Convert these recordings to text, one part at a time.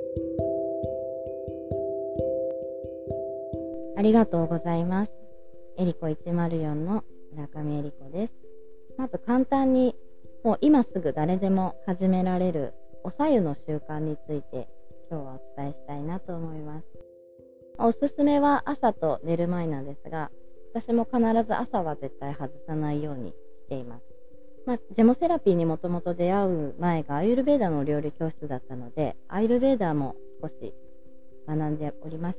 ありがとうございます。えりこ104の村上えりこです。まず簡単に、もう今すぐ誰でも始められるお白湯の習慣について今日はお伝えしたいなと思います。おすすめは朝と寝る前なんですが、私も必ず朝は絶対外さないようにしています。ジェモセラピーにもともと出会う前がアーユルヴェーダの料理教室だったので、アーユルヴェーダも少し学んでおりまして、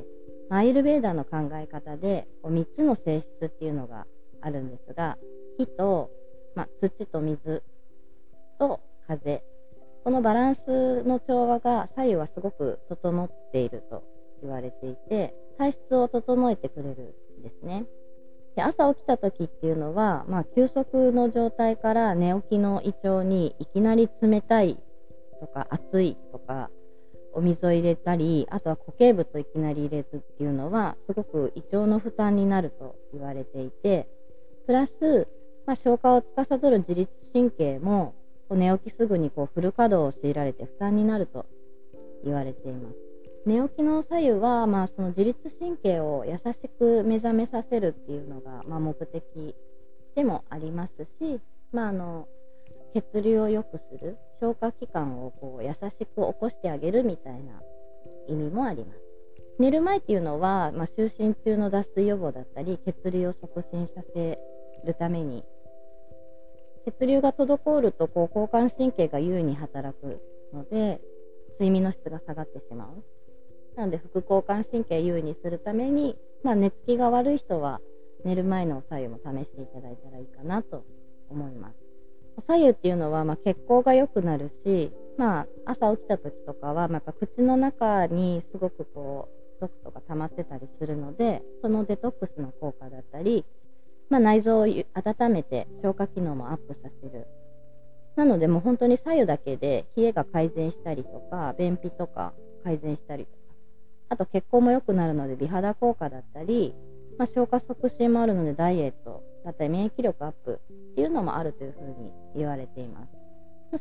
アーユルヴェーダの考え方で3つの性質っていうのがあるんですが、火と、土と水と風、このバランスの調和が左右はすごく整っていると言われていて、体質を整えてくれるんですね。で、朝起きた時っていうのは、休息の状態から寝起きの胃腸にいきなり冷たいとか熱いとかお水を入れたり、あとは固形物をいきなり入れるっていうのはすごく胃腸の負担になると言われていて、プラス、消化を司る自律神経も寝起きすぐにフル稼働を強いられて負担になると言われています。寝起きの左右は、その自律神経を優しく目覚めさせるっていうのが、目的でもありますし、血流を良くする、消化器官を優しく起こしてあげるみたいな意味もあります。寝る前っていうのは、就寝中の脱水予防だったり、血流を促進させるために、血流が滞ると交感神経が優位に働くので、睡眠の質が下がってしまう。なので副交感神経を優位にするために、寝つきが悪い人は寝る前のお白湯も試していただいたらいいかなと思います。お白湯っていうのは血行が良くなるし、朝起きた時とかはやっぱ口の中にすごく毒素が溜まってたりするので、そのデトックスの効果だったり、内臓を温めて消化機能もアップさせる。なのでもう本当に白湯だけで冷えが改善したりとか、便秘とか改善したりとか、あと血行も良くなるので美肌効果だったり、消化促進もあるのでダイエットだったり免疫力アップっていうのもあるというふうに言われています。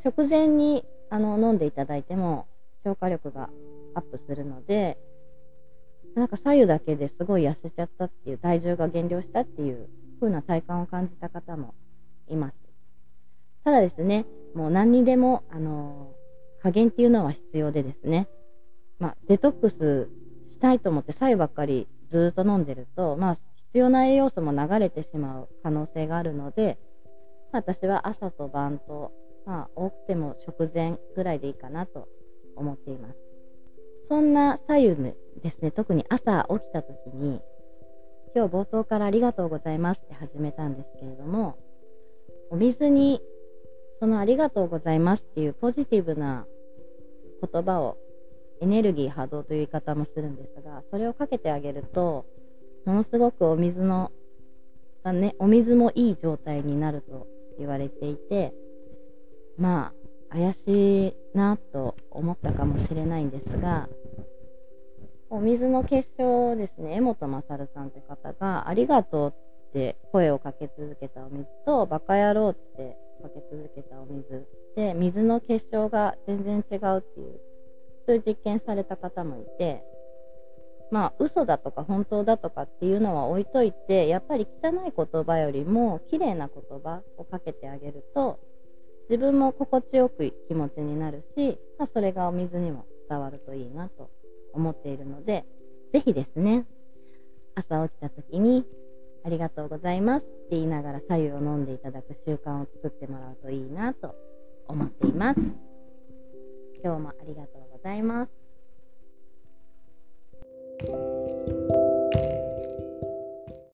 食前に飲んでいただいても消化力がアップするので、白湯だけですごい痩せちゃったっていう、体重が減量したっていう風な体感を感じた方もいます。ただですね、もう何にでも加減っていうのは必要でですね、デトックスしたいと思って白湯ばっかりずっと飲んでると、必要な栄養素も流れてしまう可能性があるので、私は朝と晩と、多くても食前ぐらいでいいかなと思っています。そんな白湯ですね、特に朝起きた時に、今日冒頭からありがとうございますって始めたんですけれども、お水にそのありがとうございますっていうポジティブな言葉を、エネルギー波動という言い方もするんですが、それをかけてあげると、ものすごくお水もいい状態になると言われていて、怪しいなと思ったかもしれないんですが、お水の結晶をですね、江本勝さんって方が、ありがとうって声をかけ続けたお水と、バカ野郎ってかけ続けたお水で、水の結晶が全然違うっていう、そういう実験された方もいて、嘘だとか本当だとかっていうのは置いといて、やっぱり汚い言葉よりも綺麗な言葉をかけてあげると、自分も心地よく気持ちになるし、それがお水にも伝わるといいなと思っているので、ぜひですね、朝起きた時にありがとうございますって言いながら白湯を飲んでいただく習慣を作ってもらうといいなと思っています。今日もありがとうございます。